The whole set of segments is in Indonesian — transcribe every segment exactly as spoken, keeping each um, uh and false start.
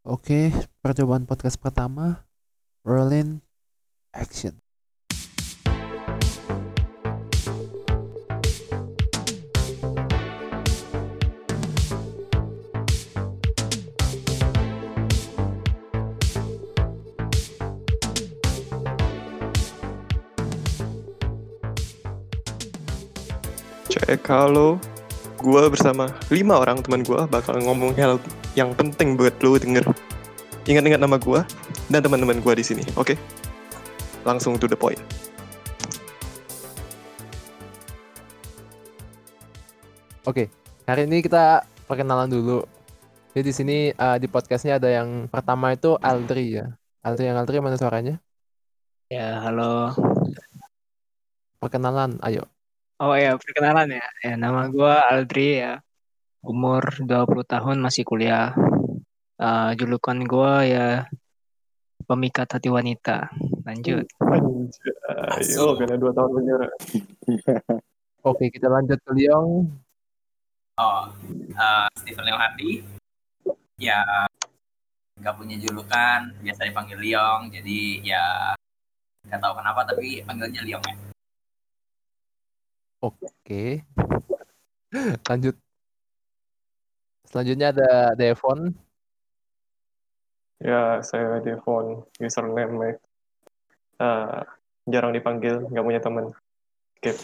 Oke, percobaan podcast pertama, Rolling Action. Cek kalau gue bersama lima orang teman gue bakal ngomong hal yang penting buat lo denger. Ingat-ingat nama gue dan teman-teman gue di sini, oke? Okay? Langsung to the point. Oke, hari ini kita perkenalan dulu. Jadi di sini uh, di podcastnya ada yang pertama itu Aldri ya. Aldri yang Aldri mana suaranya? Ya, halo. Perkenalan, ayo. Oh ya, perkenalan ya. Ya, nama gue Aldri ya. Umur dua puluh tahun, masih kuliah. Uh, julukan gue ya pemikat hati wanita. Lanjut. Anjay, oh karena dua tahun penjara. Oke, kita lanjut ke Leong. Oh, uh, Stephen Leong Hardy. Ya, nggak punya julukan, biasa dipanggil Leong. Jadi ya nggak tahu kenapa, tapi panggilnya Leong ya. Oke, lanjut. Selanjutnya ada Devon. Ya, saya Devon, username Mac. Uh, jarang dipanggil, nggak punya teman. Skip.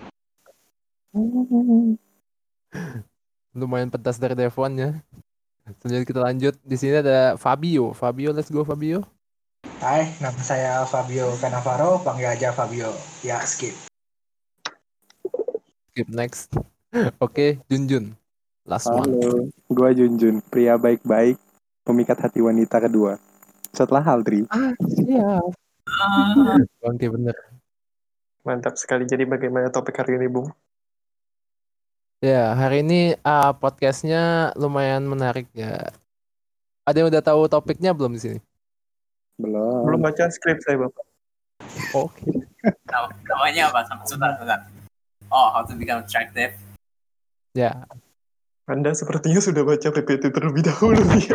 Lumayan pedas dari Devon ya. Selanjutnya kita lanjut. Di sini ada Fabio. Fabio, let's go Fabio. Hai, nama saya Fabio Cannavaro, panggil aja Fabio. Ya, skip. Skip next. Oke, Junjun. Last one. Halo, gua Junjun, pria baik-baik, pemikat hati wanita kedua. Setelah Aldri. Ah, iya. Oke, bener. Mantap sekali. Jadi bagaimana topik hari ini, Bung? Ya, hari ini uh, podcastnya lumayan menarik ya. Ada yang udah tahu topiknya belum di sini? Belum. Belum baca skrip saya, Bapak. Oke. Nam- Namanya apa? Sebentar, sebentar. Oh, how to become attractive. Ya. Anda sepertinya sudah baca P P T terlebih dahulu ya.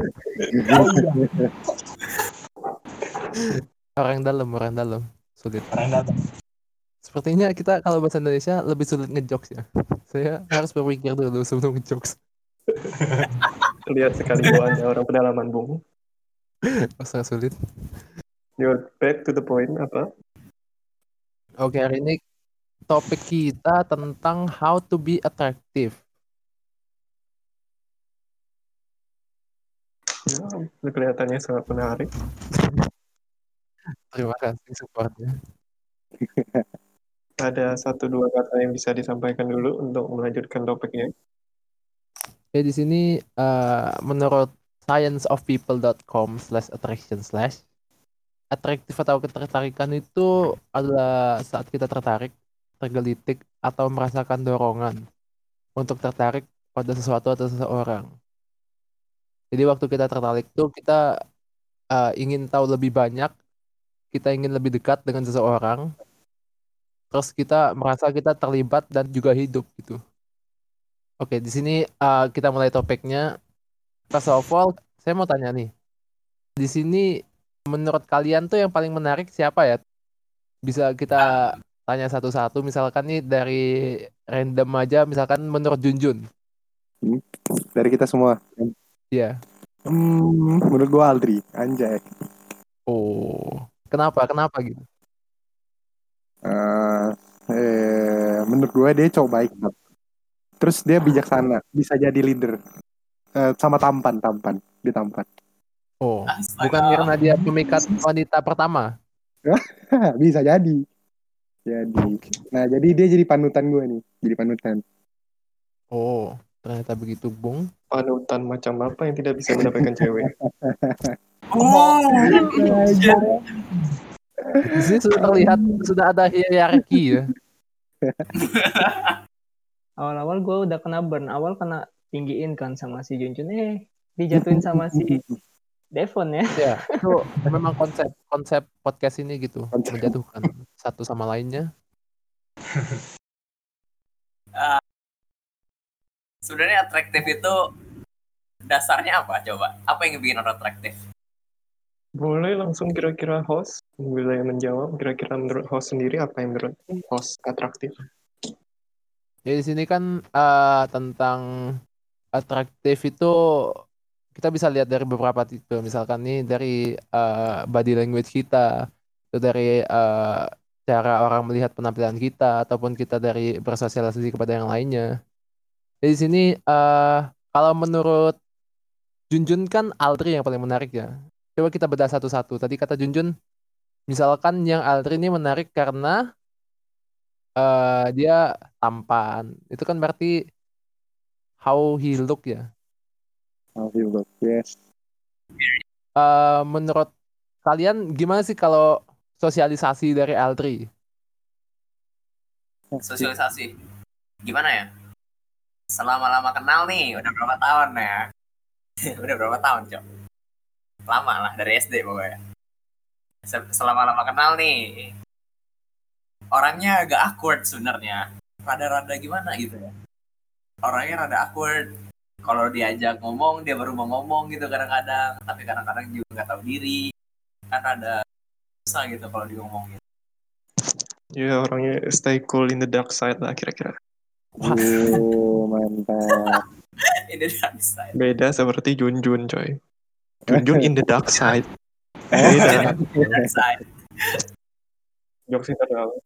Orang dalam, orang dalam. Sulit. Orang datang. Sepertinya kita kalau bahasa Indonesia lebih sulit ngejokes ya. Saya harus berpikir dulu sebelum ngejokes. Lihat sekali bawaannya orang pedalaman, Bung. Sangat sulit. You're back to the point, apa? Oke, hari ini topik kita tentang how to be attractive. Ya, kelihatannya sangat menarik. Terima kasih supportnya. Ada satu dua kata yang bisa disampaikan dulu untuk melanjutkan topiknya. Ya, di sini uh, menurut scienceofpeople dot com slash attraction slash atraktif atau ketertarikan itu adalah saat kita tertarik, tergelitik, atau merasakan dorongan untuk tertarik pada sesuatu atau seseorang. Jadi waktu kita tertarik itu kita uh, ingin tahu lebih banyak, kita ingin lebih dekat dengan seseorang, terus kita merasa kita terlibat dan juga hidup gitu. Oke, di sini uh, kita mulai topiknya. First of all, saya mau tanya nih. Di sini menurut kalian tuh yang paling menarik siapa ya? Bisa kita tanya satu-satu. Misalkan nih dari random aja. Misalkan menurut Junjun. Hmm, dari kita semua. Iya. Hmm, menurut gua Aldri, anjay. Oh, kenapa? Kenapa gitu? Uh, eh, menurut gua dia cowok baik. Terus dia bijaksana, bisa jadi leader. Uh, sama tampan, tampan. Dia tampan. Oh, bukan karena dia pemikat wanita pertama. Bisa jadi. Jadi. Nah, jadi dia jadi panutan gua nih, jadi panutan. Oh, ternyata begitu, Bung. Panutan macam apa yang tidak bisa mendapatkan cewek? Oh, Di sini sudah terlihat sudah ada hierarki ya. Awal-awal gue udah kena burn. Awal kena tinggiin kan sama si Junjun. Eh, dijatuhin sama si Devon ya. Ya, itu memang konsep konsep podcast ini gitu, menjatuhkan satu sama lainnya. uh, sebenarnya atraktif itu dasarnya apa coba? Apa yang bikin orang atraktif? Boleh langsung kira-kira host, boleh menjawab kira-kira menurut host sendiri apa yang menurut host atraktif? Jadi di sini kan eh, tentang atraktif itu kita bisa lihat dari beberapa tipe. Misalkan nih dari eh, body language kita, itu dari eh, cara orang melihat penampilan kita, ataupun kita dari bersosialisasi kepada yang lainnya. Jadi di sini eh, kalau menurut Junjun kan Aldri yang paling menarik ya. Coba kita bedah satu-satu. Tadi kata Junjun, misalkan yang Aldri ini menarik karena eh, dia tampan. Itu kan berarti how he look ya. How you look, yes. Eh, menurut kalian gimana sih kalau sosialisasi dari Aldri? Sosialisasi. Gimana ya? Selama-lama kenal nih, udah berapa tahun ya? Udah berapa tahun, Cok? Lama lah, dari S D pokoknya. Se- Selama-lama kenal nih, orangnya agak awkward sebenarnya. Rada-rada gimana gitu ya. Orangnya rada awkward. Kalau diajak ngomong, dia baru mau ngomong gitu kadang-kadang. Tapi kadang-kadang juga nggak tahu diri. Kan ada susah gitu kalau dia ngomongin. Ya orangnya stay cool in the dark side lah kira-kira. Oh, mantap. Ini dark side. Beda seperti Junjun coy. Junjun in the dark side. Eh, Beda. Dark side. Jokes internal.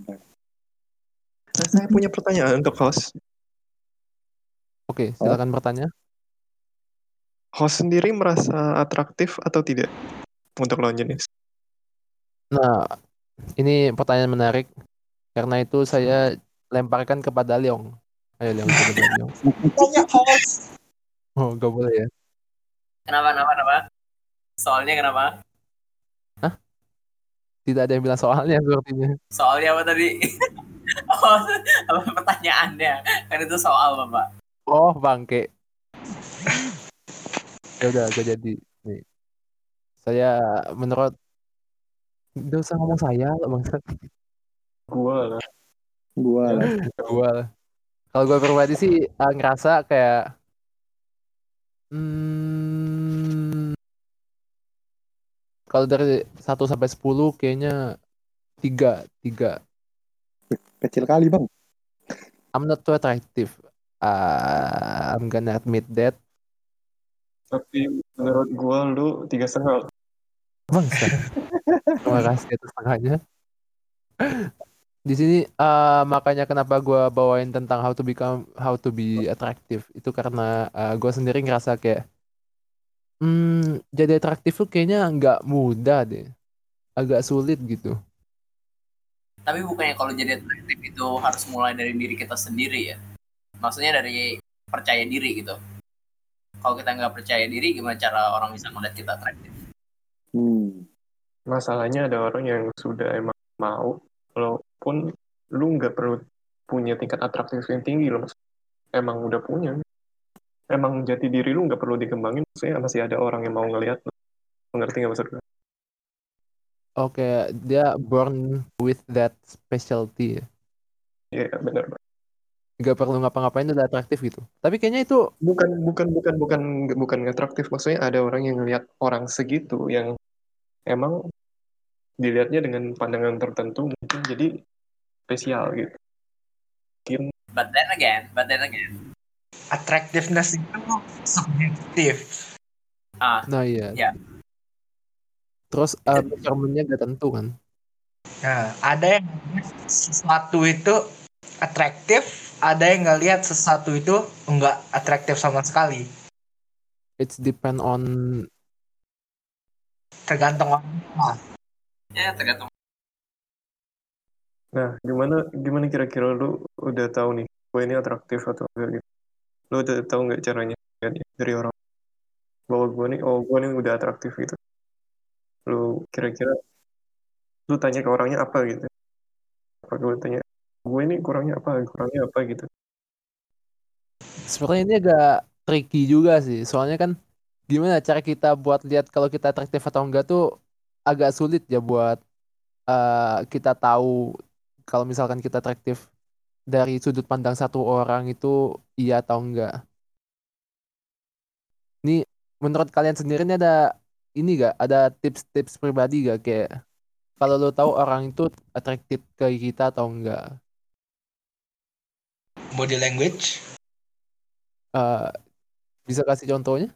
Nah, saya punya pertanyaan untuk host. Oke, silakan bertanya. Host sendiri merasa atraktif atau tidak untuk lawan jenis? Nah, ini pertanyaan menarik. Karena itu saya lemparkan kepada Leong. Ayo Leong, coba jawab Leong. Tanya host. Oh, gak boleh ya. Kenapa, kenapa, kenapa? Soalnya kenapa? Tidak ada yang bilang soalnya sepertinya. Soalnya apa tadi? Oh, apa pertanyaannya? Kan itu soal, Bapak. Oh, bangke. Ya udah, gak jadi. Nih. Saya menurut Gak usah ngomong saya lah bangsa. Gua lah. Gua lah. Gua lah. Kalau gue pribadi sih uh, ngerasa kayak hmm, kalau dari satu sampai sepuluh kayaknya tiga tiga. Kecil kali, Bang. I'm not too attractive. Uh, I'm gonna admit that. Tapi menurut gua lu tiga setengah. Bangsa. Terima kasih atas tengahnya. Di sini uh, makanya kenapa gue bawain tentang how to become how to be attractive itu karena uh, gue sendiri ngerasa kayak hmm, jadi atraktif tuh kayaknya nggak mudah deh, agak sulit gitu. Tapi bukannya kalau jadi atraktif itu harus mulai dari diri kita sendiri ya? Maksudnya dari percaya diri gitu. Kalau kita nggak percaya diri, gimana cara orang bisa ngeliat kita atraktif? Hmm. Masalahnya ada orang yang sudah emang mau, walaupun lu nggak perlu punya tingkat atraktif yang tinggi loh, emang udah punya. Emang jati diri lu nggak perlu dikembangin, maksudnya masih ada orang yang mau ngelihat lu. Mengerti nggak maksud gue? Oke, dia born with that specialty, ya. Iya, benar. Nggak perlu ngapa-ngapain udah atraktif gitu. Tapi kayaknya itu Bukan, bukan, bukan, bukan, bukan atraktif. Maksudnya ada orang yang ngelihat orang segitu yang emang dilihatnya dengan pandangan tertentu mungkin jadi spesial gitu. Mungkin But then again, but then again. Attractiveness itu subjektif. Ah, nah iya. ya. Terus uh, measurement-nya nggak tentu kan. Nah, ada yang ngeliat sesuatu itu atraktif, ada yang ngelihat sesuatu itu enggak atraktif sama sekali. It's depend on Tergantung orang. Nah, Ya, tergantung. Nah, gimana gimana kira-kira lu udah tahu nih, gue ini atraktif atau enggak gitu? Lu udah tahu nggak caranya lihat dari orang bahwa gue nih, oh gue nih udah atraktif gitu? Lu kira-kira lu tanya ke orangnya apa gitu? Apa gue tanya, gue ini kurangnya apa, kurangnya apa gitu? sebenarnya ini agak tricky juga sih. Soalnya kan gimana cara kita buat lihat kalau kita atraktif atau enggak tuh agak sulit ya buat uh, kita tahu kalau misalkan kita atraktif dari sudut pandang satu orang itu iya atau enggak. Ini menurut kalian sendiri ini ada ini gak? Ada tips-tips pribadi gak kayak kalau lo tahu orang itu atraktif ke kita atau enggak? Body language. Eh, bisa kasih contohnya?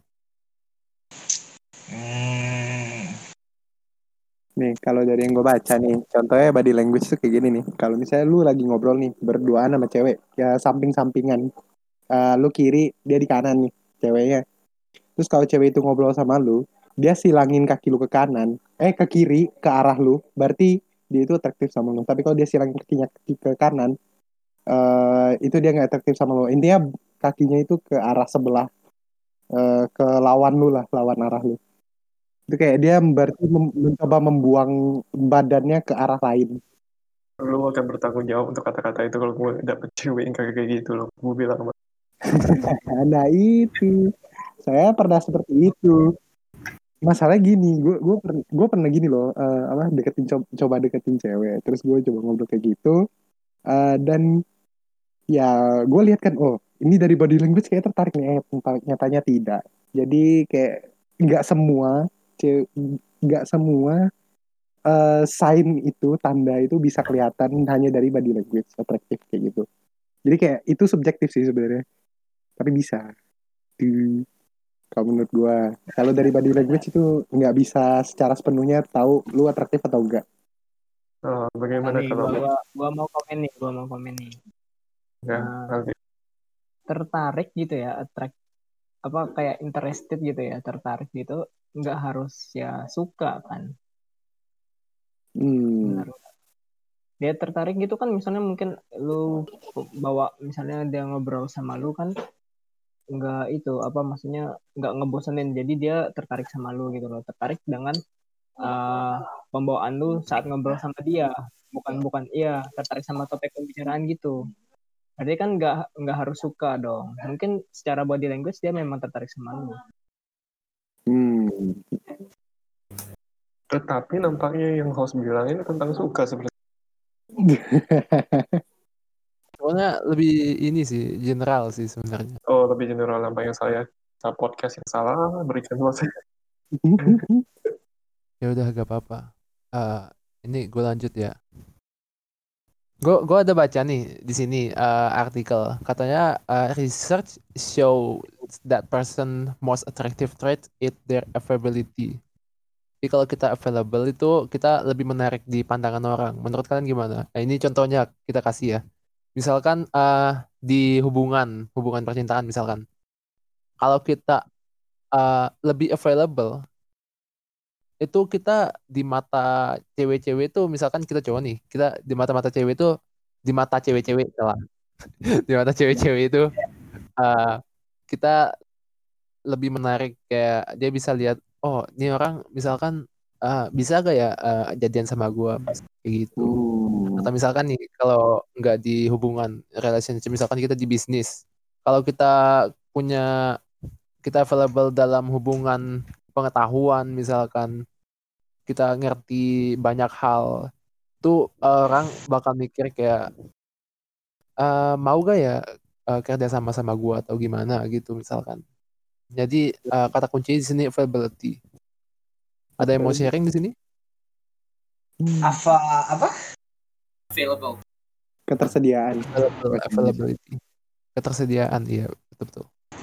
Hmm, Nih, kalau dari yang gue baca nih, contohnya body language tuh kayak gini nih. Kalau misalnya lu lagi ngobrol nih, berduaan sama cewek, ya samping-sampingan. Eh, lu kiri, dia di kanan nih, ceweknya. Terus kalau cewek itu ngobrol sama lu, dia silangin kaki lu ke kanan, eh ke kiri, ke arah lu, berarti dia itu atraktif sama lu. Tapi kalau dia silangin kakinya ke ke kanan, eh itu dia nggak atraktif sama lu. Intinya kakinya itu ke arah sebelah, eh, ke lawan lu lah, lawan arah lu. Itu kayak dia berarti mem- mencoba membuang badannya ke arah lain. Lu akan bertanggung jawab untuk kata-kata itu kalau gue dapet cewek yang kayak kayak gitu loh. Gue bilang sama Nah itu, saya pernah seperti itu. Masalahnya gini, gue gue pernah gue pernah gini loh, eh, apa deketin coba, coba deketin cewek, terus gue coba ngobrol kayak gitu, eh, dan ya gue lihat kan, oh ini dari body language kayak tertarik nih, eh, tertarik. Nyatanya tidak. Jadi kayak nggak semua ce- nggak semua eh, sign itu, tanda itu bisa kelihatan hanya dari body language atraktif kayak gitu. Jadi kayak itu subjektif sih sebenarnya, tapi bisa. Tuh. Kalau menurut gua, kalau dari body language itu nggak bisa secara sepenuhnya tahu lu atraktif atau enggak. "Oh, Nah, bagaimana nih kalau gua, lu gua gua mau komen nih, gua mau komen nih. ya Nah, nanti tertarik gitu ya, attract apa kayak interested gitu ya, tertarik gitu nggak harus ya suka kan. Hmm. Benar. Dia tertarik gitu kan misalnya mungkin lu bawa misalnya dia ngobrol sama lu kan nggak itu apa maksudnya nggak ngebosenin jadi dia tertarik sama lu gitu loh tertarik dengan uh, pembawaan lu saat ngobrol sama dia bukan bukan iya tertarik sama topik pembicaraan gitu berarti kan nggak nggak harus suka dong mungkin secara body language dia memang tertarik sama lu. Hmm. tetapi nampaknya yang host bilang ini tentang suka sebenarnya. Soalnya lebih ini sih general sih sebenarnya. Oh, lebih general nampak yang saya saya podcast yang salah berikan saya. Ya udah gak apa-apa. Eh, ini gue lanjut ya. Gue gue ada baca nih di sini eh, artikel katanya eh, research show that person most attractive trait is their availability. Jadi kalau kita available itu kita lebih menarik di pandangan orang. Menurut kalian gimana? Nah, ini contohnya kita kasih ya. Misalkan eh, di hubungan hubungan percintaan misalkan, kalau kita eh, lebih available itu kita di mata cewek-cewek itu misalkan kita cowok nih, kita di mata-mata cewek itu di mata cewek-cewek salah. Di mata cewek-cewek itu eh, kita lebih menarik kayak dia bisa lihat oh ini orang misalkan eh, bisa gak ya eh, jadian sama gua kayak gitu. Hmm. Atau misalkan nih kalau nggak di hubungan relationship misalkan kita di bisnis. Kalau kita punya kita available dalam hubungan pengetahuan misalkan kita ngerti banyak hal tuh orang bakal mikir kayak "Eh, mau gak ya eh, kerja sama sama gua atau gimana gitu misalkan. Jadi eh, kata kunci di sini availability. Ada yang mau sharing di sini? apa apa? Available. Ketersediaan. Available, availability. Ketersediaan, iya betul betul.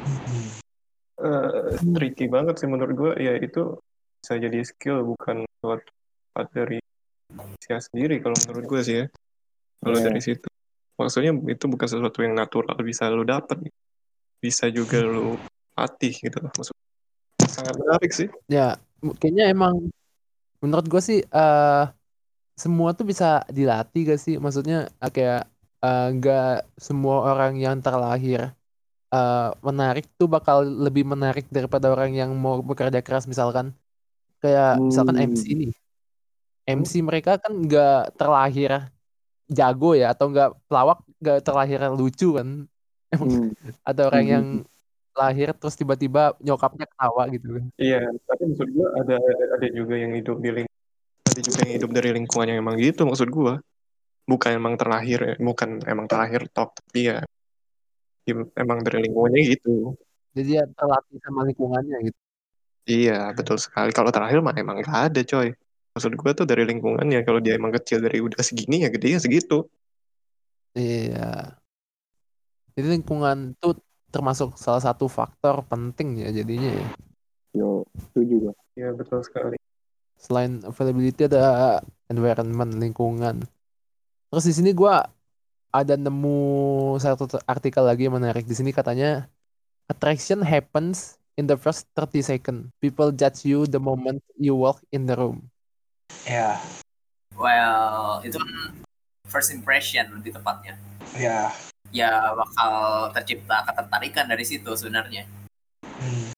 Eh, tricky banget sih menurut gue. Ya itu bisa jadi skill bukan suatu part dari manusia sendiri kalau menurut gue sih ya. Kalau Iya. dari situ, maksudnya itu bukan sesuatu yang natural bisa lu dapat, bisa juga lu latih gitu. Maksudnya sangat menarik sih. Ya, m- kayaknya emang menurut gue sih eh semua tuh bisa dilatih gak sih? Maksudnya eh, kayak eh, nggak semua orang yang terlahir eh, menarik tuh bakal lebih menarik daripada orang yang mau bekerja keras misalkan. Kayak misalkan M C Hmm. nih. M C mereka kan nggak terlahir jago ya atau nggak pelawak nggak terlahir lucu kan. Emang Hmm. ada orang yang Hmm. lahir terus tiba-tiba nyokapnya ketawa gitu kan. Iya, tapi maksud gue ada, ada ada juga yang hidup di ling ada juga yang hidup dari lingkungan yang emang gitu maksud gue. Bukan emang terlahir, ya. Bukan emang terlahir top, tapi ya, ya emang dari lingkungannya gitu. Jadi dia terlatih sama lingkungannya gitu. Iya, betul sekali. Kalau terakhir mah emang gak ada, coy. Maksud gue tuh dari lingkungannya. Kalau dia emang kecil dari udah segini ya gede ya segitu. Iya. Jadi lingkungan tuh termasuk salah satu faktor penting ya jadinya ya. Yo, setuju gue. Iya, betul sekali. Selain availability ada environment, lingkungan. Terus di sini gue ada nemu satu t- artikel lagi yang menarik. Di sini katanya attraction happens in the first thirty second. People judge you the moment you walk in the room. Ya, Well, itu kan first impression lebih tepatnya. ya. Ya bakal tercipta ketertarikan dari situ sebenarnya. Hmm.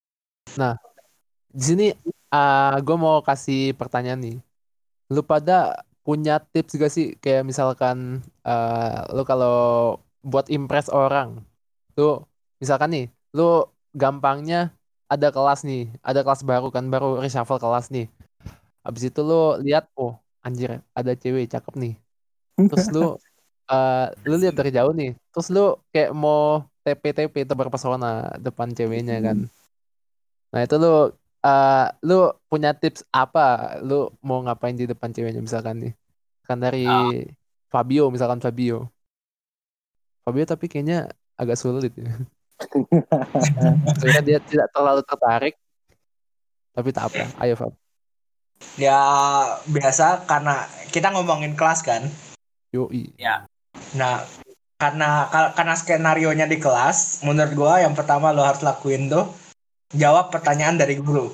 Di sini uh, gue mau kasih pertanyaan nih. Lu pada punya tips gak sih kayak misalkan uh, lu kalau buat impress orang, lu misalkan nih, lu gampangnya ada kelas nih, ada kelas baru kan, baru reshuffle kelas nih. Habis itu lu lihat, oh anjir ada cewek cakep nih. Terus lu uh, lu lihat dari jauh nih. Terus lu kayak mau T P T P tebar pesona depan ceweknya kan. Nah itu lu uh, lu punya tips apa? Lu mau ngapain di depan ceweknya misalkan nih? Kan dari Ah, Fabio misalkan Fabio. Fabio tapi kayaknya agak sulit ya. Sebenarnya dia tidak terlalu tertarik, tapi tak apa. Ayo Fab. Ya biasa karena kita ngomongin kelas kan. Yoi. ya. Nah, karena kar- karena skenario-nya di kelas, menurut gua yang pertama lo harus lakuin tuh jawab pertanyaan dari guru.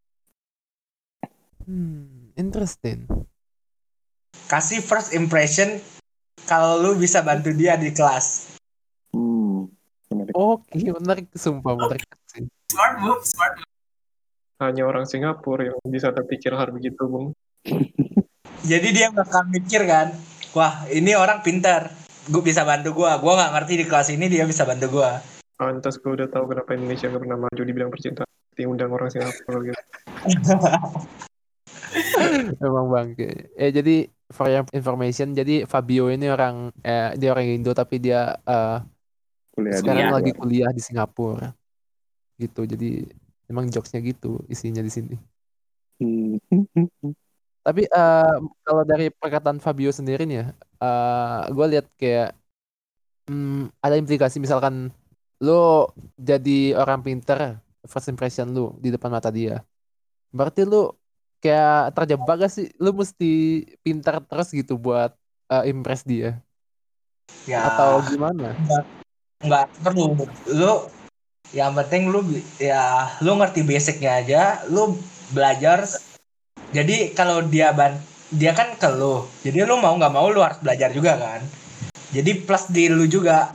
Hmm, interesting. Kasih first impression kalau lu bisa bantu dia di kelas. Hmm, menarik. Oke, menarik sumpah menarik sih. Smart move, smart move. Hanya orang Singapura yang bisa terpikir hal begitu, Bung. Jadi dia bakal mikir kan, wah ini orang pintar, gue bisa bantu gua. Gua nggak ngerti di kelas ini dia bisa bantu gua. Pantas gue udah tahu kenapa Indonesia gak pernah maju di bidang percintaan. Diundang orang Singapura gitu. Emang bangke. Eh jadi for your information, jadi Fabio ini orang eh, dia orang Indo tapi dia eh, Kuliah di sekarang Kuliah. lagi luar. kuliah di Singapura. Gitu. Jadi emang jokesnya gitu isinya di sini. Hmm. Tapi eh, kalau dari perkataan Fabio sendiri nih ya, eh gue lihat kayak hmm, ada implikasi misalkan lo jadi orang pinter, first impression lu di depan mata dia. Berarti lu kayak terjebak gak sih? Lu mesti pintar terus gitu buat eh, impress dia. Ya Atau gimana? nggak perlu. Lu yang penting lu bi- ya lu ngerti basicnya aja, lu belajar. Jadi kalau dia ban dia kan ke lu, jadi lu mau nggak mau lu harus belajar juga kan. Jadi plus di lu juga.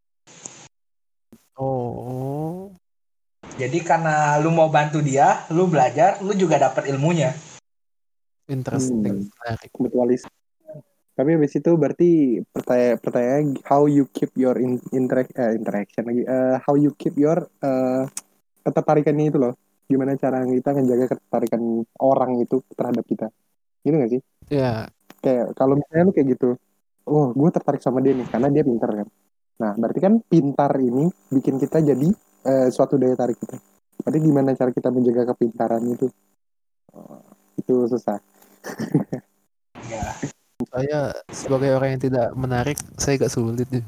Oh, Jadi karena lu mau bantu dia, lu belajar, lu juga dapat ilmunya. interesting. Hmm. Menarik. Mutualis. Tapi habis itu berarti pertanyaan pertanyaan how you keep your in, interact eh, interaction lagi eh, how you keep your eh, ketertarikannya itu loh. Gimana cara kita menjaga ketertarikan orang itu terhadap kita. Gitu gak sih? Ya, Kayak kalau misalnya lu kayak gitu, oh gue tertarik sama dia nih karena dia pintar kan. Nah berarti kan pintar ini bikin kita jadi eh, suatu daya tarik kita. Berarti gimana cara kita menjaga kepintaran itu? Oh, itu susah. Ya. saya sebagai orang yang tidak menarik, saya gak sulit ya.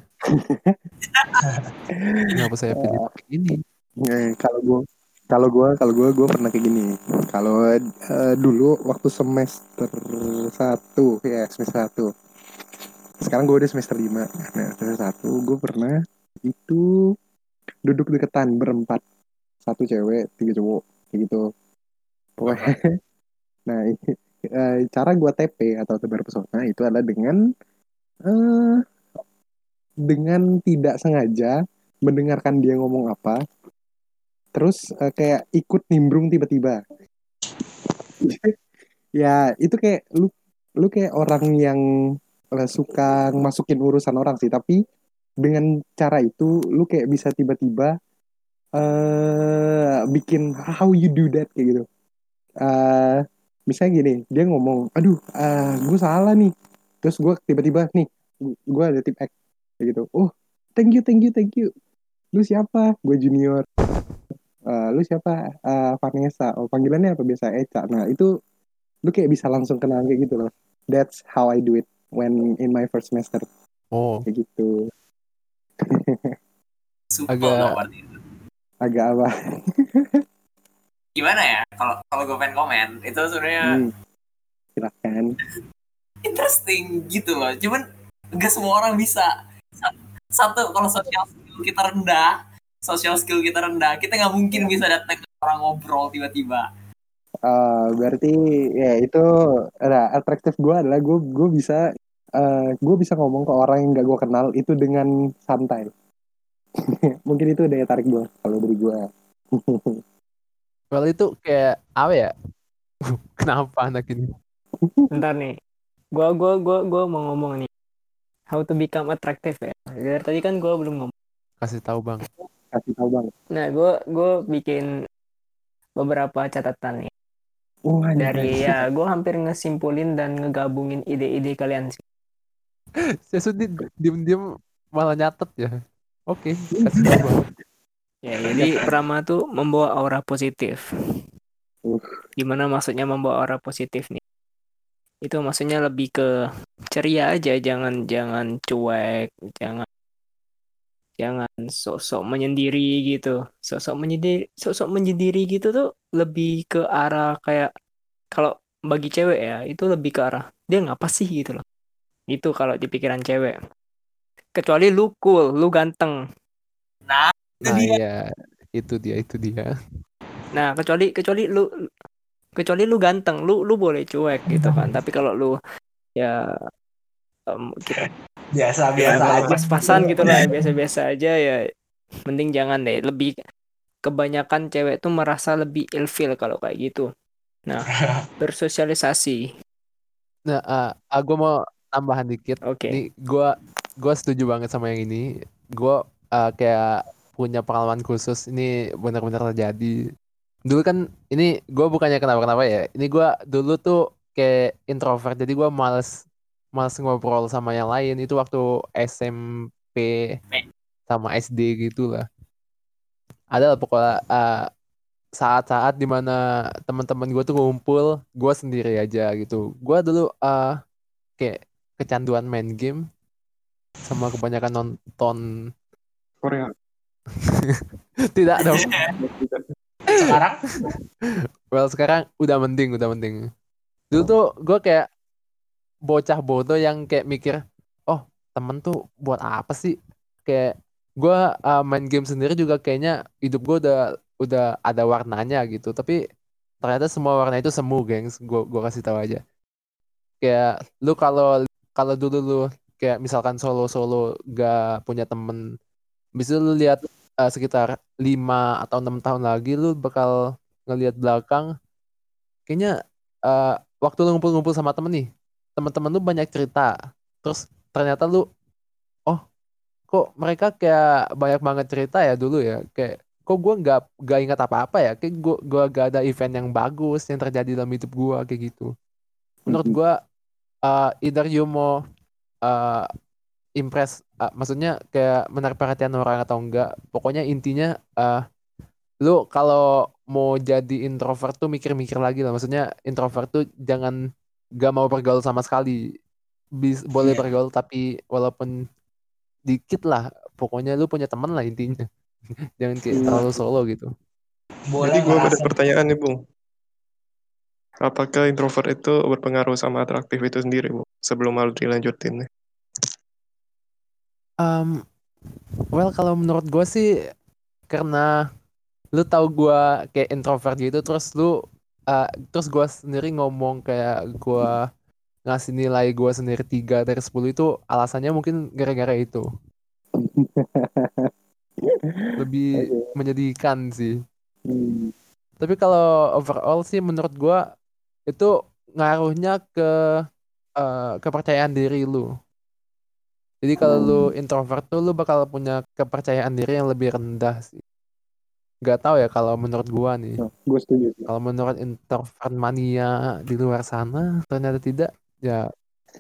Kenapa saya pilih topik ini? Eh, kalau gue kalau gue kalau gue gue pernah kayak gini. Kalau eh, dulu waktu semester satu ya semester satu. Sekarang gue udah semester lima. Nah semester satu gue pernah itu duduk deketan berempat, satu cewek tiga cowok kayak gitu. Pokoknya nah ini, eh, cara gue T P atau tebar pesona itu adalah dengan eh, dengan tidak sengaja mendengarkan dia ngomong apa, terus eh, kayak ikut nimbrung tiba-tiba. Ya itu kayak lu lu kayak orang yang eh, suka masukin urusan orang sih, tapi dengan cara itu lu kayak bisa tiba-tiba eh bikin how you do that kayak gitu. eh Misalnya gini, dia ngomong, aduh, uh, gue salah nih. Terus gue tiba-tiba nih, gue ada tip X kayak gitu. Oh, thank you, thank you, thank you. Lu siapa? Gue junior. eh, lu siapa? Eh, Vanessa. Oh, panggilannya apa biasa? Eca. Nah, itu lu kayak bisa langsung kenal kayak gitu loh. That's how I do it when in my first semester. Oh, Kayak gitu. Supel agak dong berarti. Agak apa? Gimana ya? Kalau kalau gue pengen komen, itu sebenarnya Hmm, silakan. interesting gitu loh. Cuman nggak semua orang bisa. Sa- Satu, kalau social skill kita rendah, social skill kita rendah, kita nggak mungkin bisa datang ke orang ngobrol tiba-tiba. Eh, berarti ya itu ada atraktif gue adalah gue gue bisa eh gue bisa ngomong ke orang yang gak gue kenal itu dengan santai. Mungkin itu daya tarik gue kalau dari gue. well itu kayak apa ya? Kenapa anak ini? Bentar nih. Gua gua gua gua mau ngomong nih. How to become attractive ya. Dari tadi kan gua belum ngomong. Kasih tahu bang. Kasih tahu bang. Nah, gua gua bikin beberapa catatan nih. Wah, Dari ya gua hampir ngesimpulin dan ngegabungin ide-ide kalian sih. Saya sudah diem-diem malah nyatet ya. Oke, kasih tahu bang. Ya, jadi pertama tuh membawa aura positif. Uh. Gimana maksudnya membawa aura positif nih? Itu maksudnya lebih ke ceria aja, jangan jangan cuek, jangan jangan sok-sok menyendiri gitu. Sok-sok menyendiri, sok-sok menyendiri gitu tuh lebih ke arah kayak kalau bagi cewek ya, itu lebih ke arah dia ngapa sih gitu loh. Itu kalau di pikiran cewek. Kecuali lu cool, lu ganteng. Nah, itu Nah dia. iya, itu dia, itu dia. Nah, kecuali kecuali lu kecuali lu ganteng, lu lu boleh cuek gitu kan. Tapi kalau lu ya em, kita Biasa-biasa ya, aja. pas-pasan gitu lah, biasa-biasa aja ya. Mending jangan deh. Lebih kebanyakan cewek tuh merasa lebih ilfil kalau kayak gitu. Nah, bersosialisasi. Nah, uh, uh, gue mau tambahan dikit. Oke. Nih, gue gue setuju banget sama yang ini. Gue uh, kayak punya pengalaman khusus. Ini benar-benar terjadi. Dulu kan ini gue bukannya kenapa-kenapa ya. Ini gue dulu tuh kayak introvert. Jadi gue males males ngobrol sama yang lain. Itu waktu S M P sama S D gitu lah. Ada lah pokoknya uh, saat-saat dimana teman-teman gue tuh ngumpul, gue sendiri aja gitu. Gue dulu uh, kayak kecanduan main game sama kebanyakan nonton. Korea. Tidak dong. Sekarang Well sekarang udah mending, udah mending. Dulu tuh gue kayak bocah bodoh yang kayak mikir, oh temen tuh buat apa sih? Kayak gue uh, main game sendiri juga kayaknya hidup gue udah udah ada warnanya gitu. Tapi ternyata semua warna itu semu, gengs. Gue gue kasih tahu aja. Kayak lu kalau kalau dulu lu kayak misalkan solo-solo gak punya temen, bisa lu lihat uh, sekitar lima atau enam tahun lagi lu bakal ngelihat belakang, kayaknya uh, waktu lu ngumpul-ngumpul sama temen nih, teman-teman lu banyak cerita, terus ternyata lu, oh kok mereka kayak banyak banget cerita ya dulu ya, kayak kok gue nggak nggak ingat apa-apa ya, kayak gue gue gak ada event yang bagus yang terjadi dalam hidup gue kayak gitu. Menurut gue uh, either you mau uh, impress, uh, maksudnya kayak menarik perhatian orang atau enggak, pokoknya intinya uh, lu kalau mau jadi introvert tuh mikir-mikir lagi lah, maksudnya introvert tuh jangan gak mau bergaul sama sekali. Bis, boleh Iya. bergaul tapi walaupun dikit lah, pokoknya lu punya teman lah intinya. Jangan kayak terlalu solo gitu. boleh Jadi gue ada merasa pertanyaan nih, Bung. Apakah introvert itu berpengaruh sama atraktif itu sendiri, Bung? Sebelum Aldri lanjutin nih. Um, well kalau menurut gue sih karena lu tahu gue kayak introvert gitu, terus lu uh, terus gue sendiri ngomong kayak gue ngasih nilai gue sendiri tiga dari sepuluh, itu alasannya mungkin gara-gara itu. Lebih Oke. menyedihkan sih. Hmm. Tapi kalau overall sih menurut gue itu ngaruhnya ke uh, kepercayaan diri lu. Jadi kalau lu introvert tuh lu bakal punya kepercayaan diri yang lebih rendah sih. Gak tahu ya kalau menurut gua nih. Nah, gue setuju sih. Kalau menurut introvert mania di luar sana ternyata tidak, ya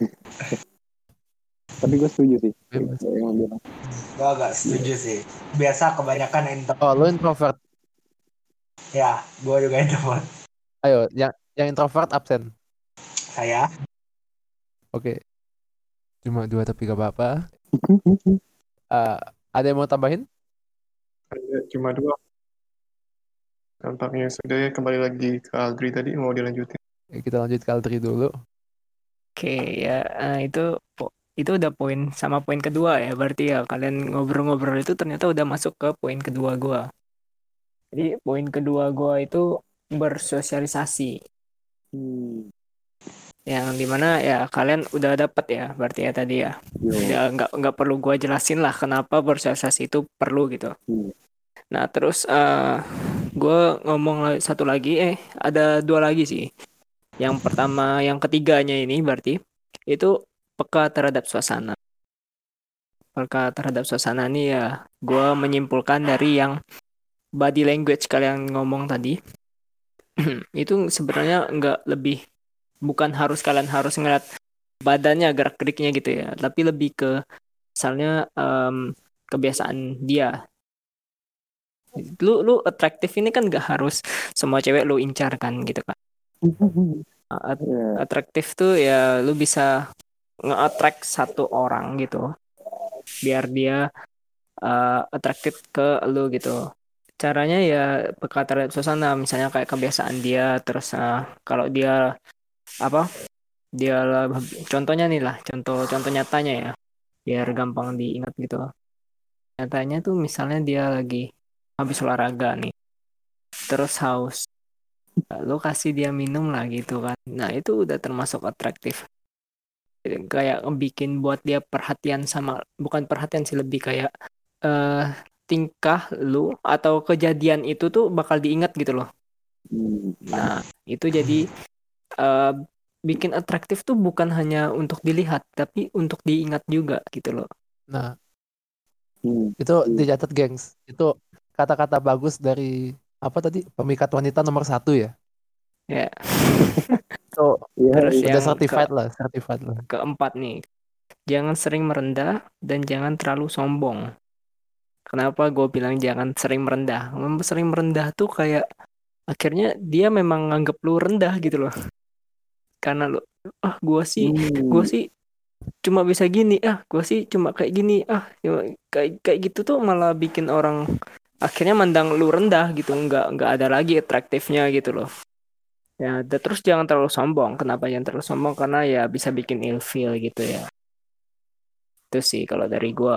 Tapi gue setuju sih. bebas. Kayak yang lo bilang. gue agak setuju sih. Biasa kebanyakan introvert Oh, lu introvert. Ya, gue juga introvert. Ayo, yang yang introvert absen. Saya. Oke, cuma dua tapi gak apa-apa. Eh, ada yang mau tambahin? Ada cuma dua. Tampaknya sudah ya, kembali lagi ke Aldri tadi, mau dilanjutin. Ya, kita lanjut ke Aldri dulu. Oke ya, eh, itu po- itu udah poin sama poin kedua ya. Berarti ya kalian ngobrol-ngobrol itu ternyata udah masuk ke poin kedua gua. Jadi poin kedua gua itu bersosialisasi. Hmm. Yang dimana ya kalian udah dapet ya, berarti ya tadi ya. Yo. Ya nggak nggak perlu gua jelasin lah kenapa bersosialisasi itu perlu gitu. Hmm. Nah terus eh gue ngomong la- satu lagi, eh ada dua lagi sih. Yang pertama, yang ketiganya ini berarti itu peka terhadap suasana. Peka terhadap suasana ini ya gue menyimpulkan dari yang body language kalian ngomong tadi. Itu sebenarnya nggak lebih, bukan harus kalian harus ngeliat badannya gerak geriknya gitu ya, tapi lebih ke misalnya em, kebiasaan dia. Lu lu atraktif ini kan nggak harus semua cewek lu incar kan gitu kan. At- Ya. Atraktif tuh ya lu bisa nge-attract satu orang gitu biar dia uh, attracted ke lu gitu. Caranya ya peka terhadap suasana, misalnya kayak kebiasaan dia, terus uh, kalau dia apa, dia lah- contohnya nih lah, contoh contoh nyatanya ya, biar gampang diingat gitu. Nyatanya tuh misalnya dia lagi habis olahraga nih, terus haus. Lu kasih dia minum lah gitu kan. Nah, itu udah termasuk atraktif. Kayak bikin buat dia perhatian sama, bukan perhatian sih, lebih kayak eh tingkah lu atau kejadian itu tuh bakal diingat gitu loh. Hmm. Nah, itu jadi eh, bikin atraktif tuh bukan hanya untuk dilihat tapi untuk diingat juga gitu loh. Nah, Hmm. itu dicatat, gengs. Itu kata-kata bagus dari apa tadi? Pemikat wanita nomor satu ya. Ya, Itu Ya, terus udah yang ke certified lah, certified lah. keempat nih, jangan sering merendah dan jangan terlalu sombong. Kenapa gue bilang jangan sering merendah? Mem- Sering merendah tuh kayak akhirnya dia memang nganggep lu rendah gitu loh. Karena lu, ah gue sih, gue Hmm. sih cuma bisa gini, ah gue sih cuma kayak gini, ah cuma kayak kayak gitu tuh malah bikin orang akhirnya mandang lu rendah gitu, nggak nggak ada lagi atraktifnya gitu loh. Ya, da- terus jangan terlalu sombong. Kenapa jangan terlalu sombong? Karena ya bisa bikin ilfeel gitu ya. Itu sih kalau dari gue.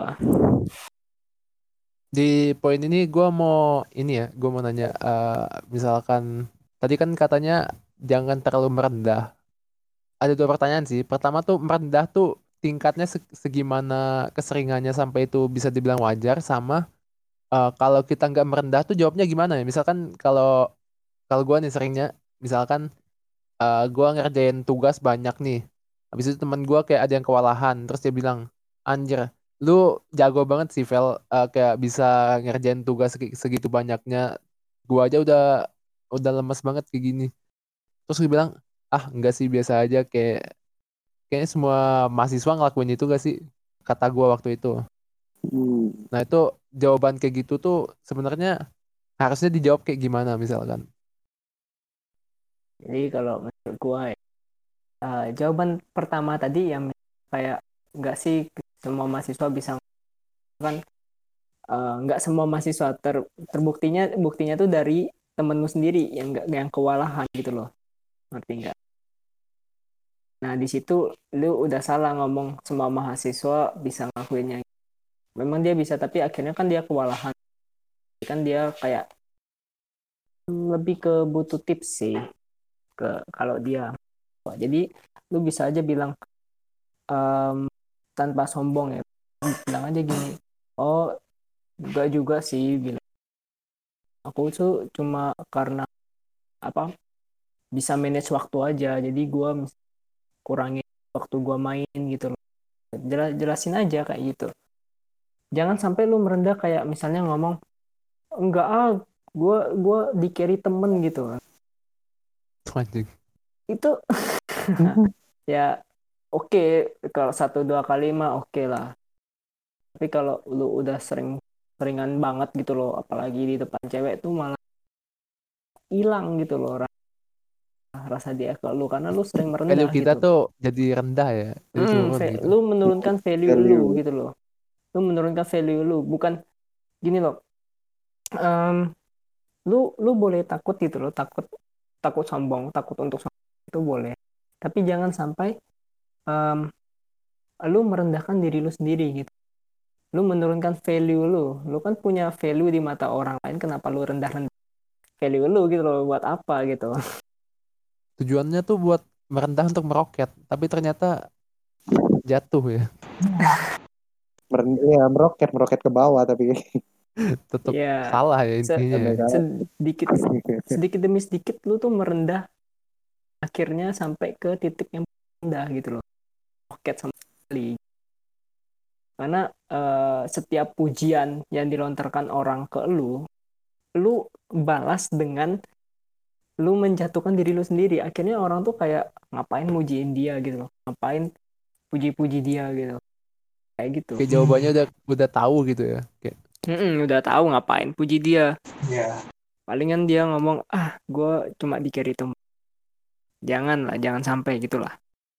Di poin ini gue mau ini ya, gue mau nanya, eh, misalkan tadi kan katanya jangan terlalu merendah. Ada dua pertanyaan sih. Pertama tuh merendah tuh tingkatnya se- segimana keseringannya sampai itu bisa dibilang wajar, sama eh, kalau kita nggak merendah tuh jawabnya gimana ya? Misalkan kalau kalau gue nih seringnya, misalkan eh gue ngerjain tugas banyak nih. Habis itu temen gue kayak ada yang kewalahan. Terus dia bilang, anjir, lu jago banget sih, Vel. Eh, kayak bisa ngerjain tugas segi- segitu banyaknya. Gue aja udah udah lemes banget kayak gini. Terus gue bilang, ah enggak sih, biasa aja. Kayak kayaknya semua mahasiswa ngelakuin itu gak sih? Kata gue waktu itu. Hmm. Nah itu jawaban kayak gitu tuh sebenarnya harusnya dijawab kayak gimana misalkan? Jadi kalau menurut gue, eh, jawaban pertama tadi yang kayak nggak sih semua mahasiswa bisa kan, eh, nggak semua mahasiswa ter, terbuktinya buktinya tuh dari temenmu sendiri yang nggak yang kewalahan gitu loh, ngerti nggak? Nah di situ lu udah salah ngomong semua mahasiswa bisa ngelakuinnya. Memang dia bisa tapi akhirnya kan dia kewalahan, kan dia kayak lebih ke butuh tips sih ke kalau dia. Jadi lu bisa aja bilang em, tanpa sombong ya, bilang aja gini, oh enggak juga sih, bilang aku tuh cuma karena apa, bisa manage waktu aja, jadi gua kurangin waktu gua main gitu loh. Jela- jelasin aja kayak gitu, jangan sampai lu merendah kayak misalnya ngomong enggak ah, gua gua di carry temen gitu kan. Anjing. Itu ya oke, kalau satu dua kali mah oke lah, tapi kalau lu udah sering seringan banget gitu loh, apalagi di depan cewek tuh malah hilang gitu loh ra- rasa dia ke lu karena lu sering Value merendah kita gitu. tuh jadi rendah ya, jadi Hmm, turun va- gitu. lu menurunkan value lu Value. gitu loh. Lu menurunkan value lu, bukan gini loh. Em, lu lu boleh takut gitu loh, takut takut sombong, takut untuk sombong itu boleh. Tapi jangan sampai em, lu merendahkan diri lu sendiri gitu. Lu menurunkan value lu. Lu kan punya value di mata orang lain, kenapa lu rendah-rendah value lu gitu loh, buat apa gitu. Tujuannya tuh buat merendah untuk meroket, tapi ternyata jatuh ya. Meren- ya meroket meroket ke bawah tapi Tetap Ya, salah ya se- intinya ya. sedikit sedikit demi sedikit lu tuh merendah akhirnya sampai ke titik yang rendah gitu loh. Roket sama sekali. Karena eh, setiap pujian yang dilontarkan orang ke lu, lu balas dengan lu menjatuhkan diri lu sendiri. Akhirnya orang tuh kayak ngapain mujiin dia gitu loh. Ngapain puji-puji dia gitu. Kayak gitu. Kayak jawabannya udah udah tahu gitu ya. Kayak Mm-mm, udah tahu ngapain puji dia. Iya. Palingan dia ngomong, ah gue cuma di carry itu. Jangan lah, jangan sampai gitu lah.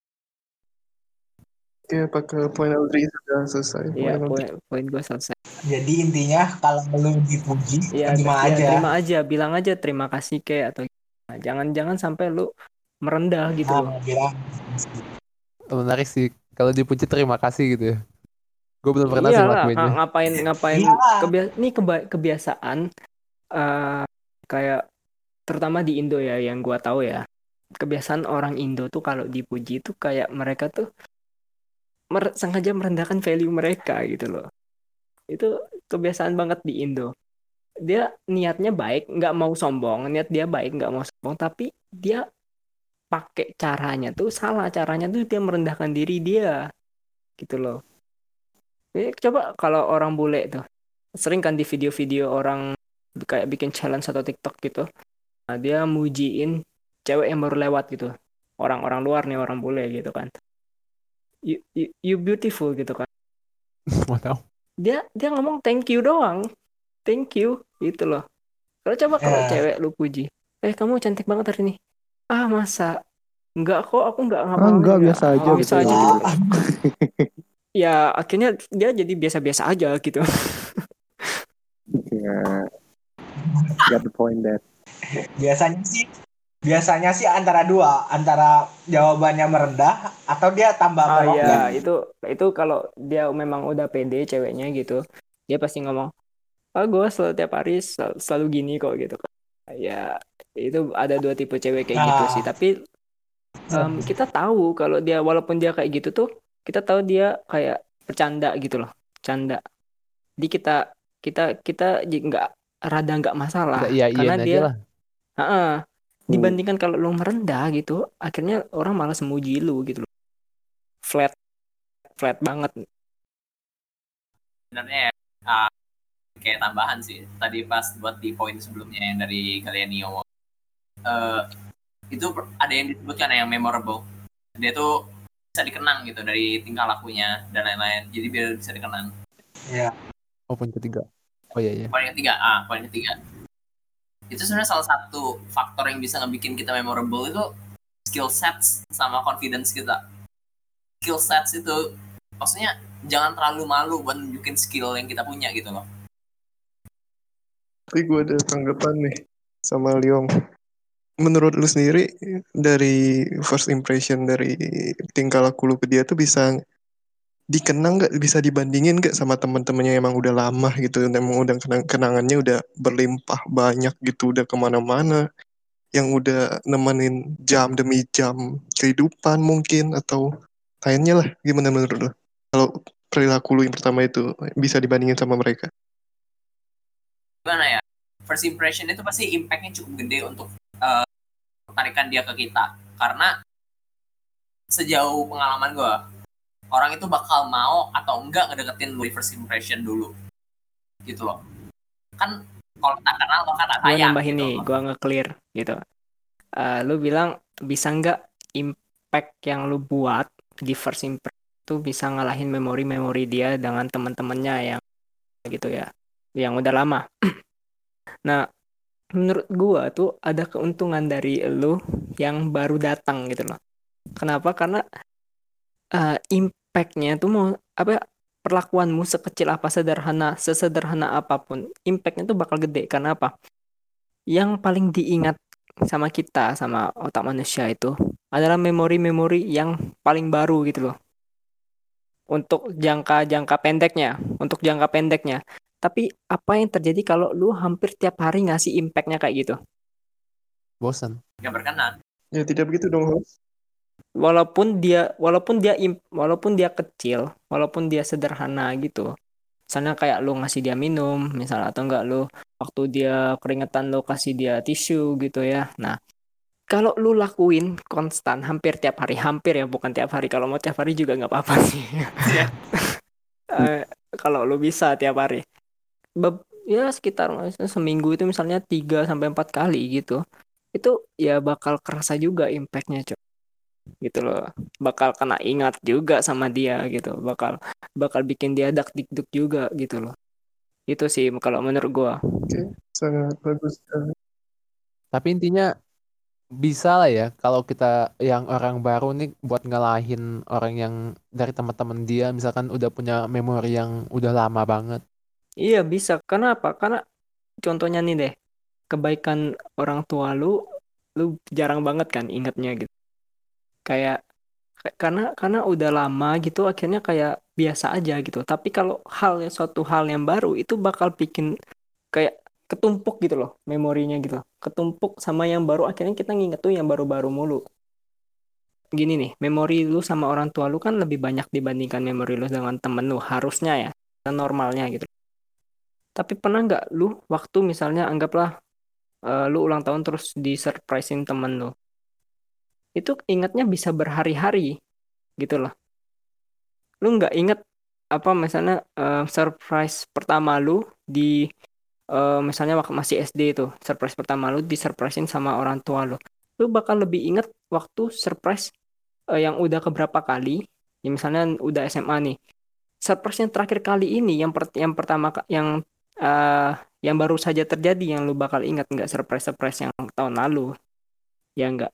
Oke, apakah poin Audrey sudah selesai? Iya, Poin Audrey. poin poin gue selesai. Jadi intinya kalau lu dipuji, Ya, terima ya aja. terima aja, bilang aja terima kasih kayak atau gimana. Jangan-jangan sampai lu merendah gitu loh. Nah, bilang. menarik sih kalau dipuji terima kasih gitu ya. Gue belum pernah sih Iyalah, ngelakuinnya. nga- ngapain ngapain Iyalah. kebia ini keba- kebiasaan eh, kayak terutama di Indo ya yang gua tahu ya. Kebiasaan orang Indo tuh kalau dipuji tuh kayak mereka tuh mer- sengaja merendahkan value mereka gitu loh. Itu kebiasaan banget di Indo. Dia niatnya baik, nggak mau sombong, niat dia baik, nggak mau sombong, tapi dia pakai caranya tuh salah, caranya tuh dia merendahkan diri dia gitu loh. Eh, coba kalau orang bule tuh sering kan di video-video orang kayak bikin challenge atau TikTok gitu. Nah, dia mujiin cewek yang baru lewat gitu. Orang-orang luar nih, orang bule gitu kan. You, you, you beautiful gitu kan. Wow. Dia dia ngomong thank you doang. Thank you gitu loh. Kalau coba kalau Ya. cewek lu puji, eh kamu cantik banget hari ini. Ah masa? Enggak kok, aku enggak ah, ngapa-ngapain. enggak Ya, biasa aja biasa gitu aja ya. gitu loh. Ya akhirnya dia jadi biasa-biasa aja gitu. Ya, got the point that. Biasanya sih biasanya sih antara dua, antara jawabannya merendah atau dia tambah Ah meroket. ya, itu itu kalau dia memang udah pede ceweknya gitu, dia pasti ngomong, "Ah, gue selalu tiap hari sel- selalu gini kok," gitu kan. Ya, itu ada dua tipe cewek kayak gitu sih, Nah, tapi em, kita tahu kalau dia walaupun dia kayak gitu tuh, kita tahu dia kayak bercanda gitu loh, canda. Jadi kita kita kita j- nggak rada nggak masalah Kita iya karena iyain dia aja lah. heeh, Hmm. dibandingkan kalau lu merendah gitu, akhirnya orang malah memuji lu gitu loh. Flat flat banget. Sebenarnya ya, ah, kayak tambahan sih. Tadi pas buat di poin sebelumnya yang dari Galianio, eh itu per- ada yang disebutkan yang memorable. Dia tuh bisa dikenang gitu dari tingkah lakunya dan lain-lain. Jadi biar bisa dikenang. ya. Oh poin ketiga. Oh iya iya. Poin ketiga, ah, poin ketiga. Itu sebenarnya salah satu faktor yang bisa ngebikin kita memorable itu skill sets sama confidence kita. Skill sets itu maksudnya jangan terlalu malu buat nunjukin skill yang kita punya gitu loh. Tapi gue ada tanggapan nih sama Liong. Menurut lu sendiri dari first impression dari tingkah laku lu ke dia tuh bisa dikenang nggak, bisa dibandingin nggak sama teman-temannya yang emang udah lama gitu, emang udah kenang- kenangannya udah berlimpah banyak gitu, udah kemana-mana, yang udah nemenin jam demi jam kehidupan mungkin atau lainnya lah. Gimana menurut lu? Kalau perilaku lu yang pertama itu bisa dibandingin sama mereka? Gimana ya? First impression itu pasti impact-nya cukup gede untuk uh, tarikan dia ke kita. Karena sejauh pengalaman gue, orang itu bakal mau atau enggak ngedeketin lu di first impression dulu. Gitu loh. Kan kalau tak kenal bakal tak Gue sayang nambahin gitu nih, loh. gue nge-clear gitu. Eh, lu bilang bisa nggak impact yang lu buat di first impression itu bisa ngalahin memori-memori dia dengan teman-temannya yang gitu ya, yang udah lama. Nah, menurut gua tuh ada keuntungan dari lu yang baru datang gitu loh. Kenapa? Karena eh, impact-nya tuh mau apa ya, perlakuanmu sekecil apa sederhana sesederhana apapun, impact-nya tuh bakal gede. Karena apa? Yang paling diingat sama kita sama otak manusia itu adalah memori-memori yang paling baru gitu loh. Untuk jangka jangka pendeknya, untuk jangka pendeknya. Tapi apa yang terjadi kalau lu hampir tiap hari ngasih impact-nya kayak gitu? Bosan. Nggak berkenan. Ya tidak begitu dong, host. Walaupun dia walaupun dia im- walaupun dia kecil, walaupun dia sederhana gitu. Misalnya kayak lu ngasih dia minum, misalnya atau enggak lu waktu dia keringetan lu kasih dia tisu gitu ya. Nah, kalau lu lakuin konstan hampir tiap hari, hampir ya bukan tiap hari. Kalau mau tiap hari juga nggak apa-apa sih. Eh, kalau lu bisa tiap hari. Beb- ya sekitar misalnya seminggu itu misalnya tiga sampai empat kali gitu. Itu ya bakal kerasa juga impactnya, Cok. Gitu loh. Bakal kena ingat juga sama dia gitu. Bakal bakal bikin dia dak dikduk juga gitu loh. Itu sih kalau menurut gua. Oke, sangat bagus sekali. Tapi intinya bisa lah ya kalau kita yang orang baru nih buat ngalahin orang yang dari teman-teman dia misalkan udah punya memori yang udah lama banget. Iya bisa. Kenapa? Karena contohnya nih deh, kebaikan orang tua lu, lu jarang banget kan ingatnya gitu. Kayak Ka- karena karena udah lama gitu akhirnya kayak biasa aja gitu, tapi kalau hal yang suatu hal yang baru itu bakal bikin kayak ketumpuk gitu loh memorinya gitu, ketumpuk sama yang baru akhirnya kita nginget tuh yang baru-baru mulu. Gini nih, memori lu sama orang tua lu kan lebih banyak dibandingkan memori lu dengan temen lu harusnya ya, normalnya gitu. Tapi pernah nggak lu waktu misalnya anggaplah eh, lu ulang tahun terus di surprisein temen lu, itu ingatnya bisa berhari-hari gitu loh. Lu nggak inget apa misalnya eh, surprise pertama lu di eh, misalnya waktu masih S D itu surprise pertama lu di surprisein sama orang tua lu, lu bakal lebih inget waktu surprise eh, yang udah keberapa kali, ya misalnya udah S M A nih, surprise yang terakhir kali ini yang per- yang pertama ka- yang eh, yang baru saja terjadi yang lu bakal ingat nggak surprise surprise yang tahun lalu, ya nggak.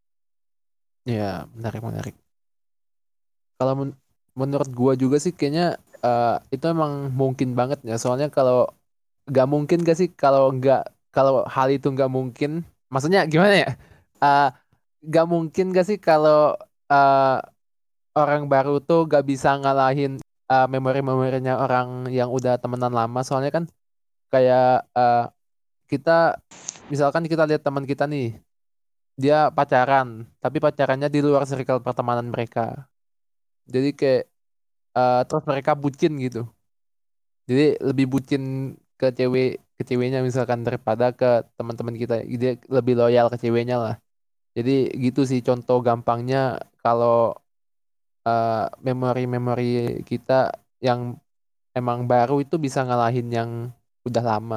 Ya, menarik menarik. Kalau men- menurut gua juga sih kayaknya eh, itu emang mungkin banget ya. Soalnya kalau nggak mungkin gak sih kalau nggak kalau hal itu nggak mungkin. Maksudnya gimana ya? Eh, nggak mungkin gak sih kalau eh, orang baru tuh gak bisa ngalahin eh, memori-memorinya orang yang udah temenan lama. Soalnya kan kayak eh, kita misalkan kita lihat teman kita nih, dia pacaran, tapi pacarannya di luar circle pertemanan mereka. Jadi kayak eh, terus mereka bucin gitu. Jadi lebih bucin ke cewek ke ceweknya misalkan daripada ke teman-teman kita. Dia lebih loyal ke ceweknya lah. Jadi gitu sih contoh gampangnya kalau eh, memori-memori kita yang emang baru itu bisa ngalahin yang udah lama.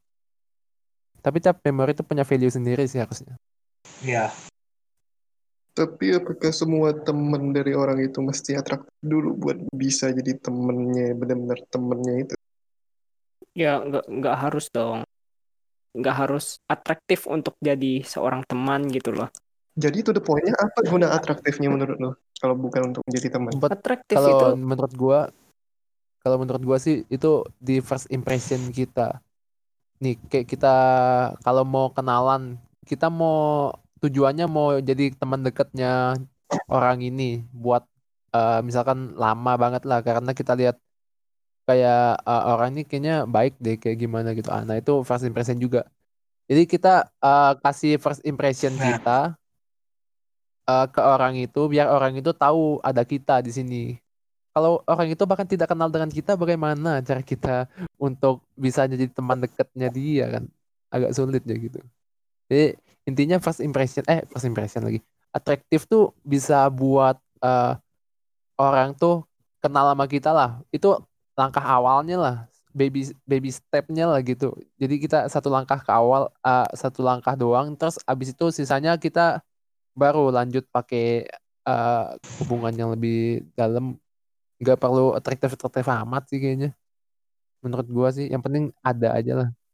Tapi tiap memori itu punya value sendiri sih harusnya. Iya. Tapi apakah semua teman dari orang itu mesti atraktif dulu buat bisa jadi temennya, benar-benar temennya itu? Ya nggak nggak harus dong, nggak harus atraktif untuk jadi seorang teman gitu loh. Jadi itu the point-nya apa guna atraktifnya menurut lo? Kalau bukan untuk menjadi teman. Sempat Atraktif kalau itu menurut gua kalau menurut gua sih itu di first impression kita. Nih kayak kita kalau mau kenalan, kita mau tujuannya mau jadi teman dekatnya orang ini buat eh, misalkan lama banget lah karena kita lihat kayak eh, orang ini kayaknya baik deh kayak gimana gitu. Ah, nah itu first impression juga. Jadi kita eh, kasih first impression Nah, kita eh, ke orang itu biar orang itu tahu ada kita di sini. Kalau orang itu bahkan tidak kenal dengan kita, bagaimana cara kita untuk bisa jadi teman dekatnya dia kan? Agak sulit ya gitu. Jadi intinya first impression, eh first impression lagi. Atraktif tuh bisa buat eh, orang tuh kenal sama kita lah. Itu langkah awalnya lah, baby baby stepnya lah gitu. Jadi kita satu langkah ke awal, eh, satu langkah doang. Terus abis itu sisanya kita baru lanjut pakai eh, hubungan yang lebih dalam. Nggak perlu atraktif atraktif amat sih kayaknya. Menurut gua sih, yang penting ada aja lah.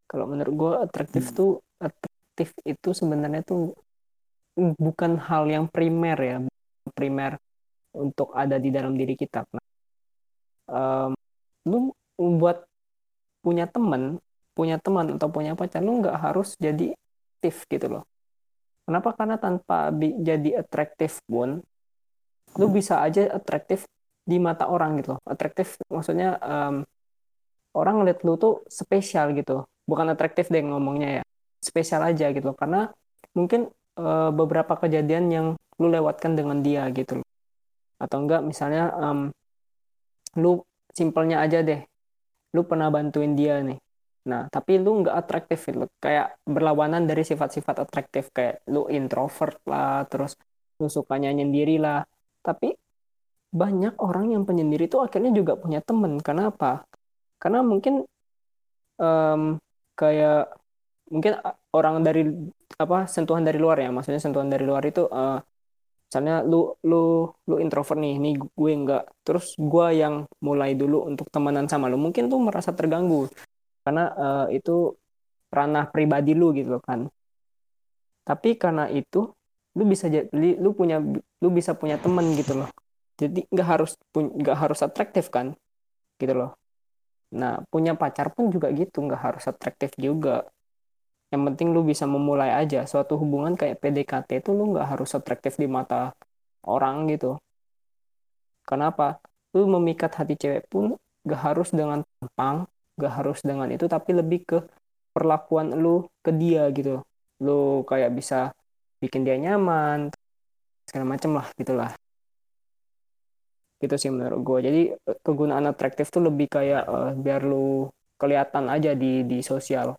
Kalau menurut gue atraktif tuh atraktif itu sebenarnya tuh bukan hal yang primer ya, primer untuk ada di dalam diri kita. Nah, um, lu buat punya teman, punya teman atau punya pacar, lu nggak harus jadi aktif gitu loh. Kenapa? Karena tanpa bi- jadi atraktif pun, lu bisa aja atraktif di mata orang gitu loh. Atraktif maksudnya um, orang ngeliat lu tuh spesial gitu. Bukan atraktif deh ngomongnya ya. Spesial aja gitu loh. Karena mungkin uh, beberapa kejadian yang lu lewatkan dengan dia gitu loh. Atau enggak misalnya um, lu simpelnya aja deh. Lu pernah bantuin dia nih. Nah, tapi lu nggak atraktif gitu. Kayak berlawanan dari sifat-sifat atraktif. Kayak lu introvert lah, terus lu sukanya nyendiri lah. Tapi banyak orang yang penyendiri itu akhirnya juga punya temen. Kenapa? Karena mungkin em, kayak mungkin orang dari apa sentuhan dari luar ya. Maksudnya sentuhan dari luar itu eh, misalnya lu lu lu introvert nih, nih gue enggak. Terus gue yang mulai dulu untuk temenan sama lu. Mungkin tuh merasa terganggu karena eh, itu ranah pribadi lu gitu kan. Tapi karena itu lu bisa jadi lu punya lu bisa punya temen gitu loh. Jadi nggak harus nggak harus atraktif kan gitu loh. Nah punya pacar pun juga gitu nggak harus atraktif juga. Yang penting lu bisa memulai aja suatu hubungan kayak P D K T itu lu nggak harus atraktif di mata orang gitu. Kenapa? Lu memikat hati cewek pun nggak harus dengan tampang, nggak harus dengan itu, tapi lebih ke perlakuan lu ke dia gitu. Lu kayak bisa bikin dia nyaman, segala macem lah gitulah. Gitu sih menurut gue. Jadi eh, kegunaan atraktif tuh lebih kayak eh, biar lu kelihatan aja di di sosial.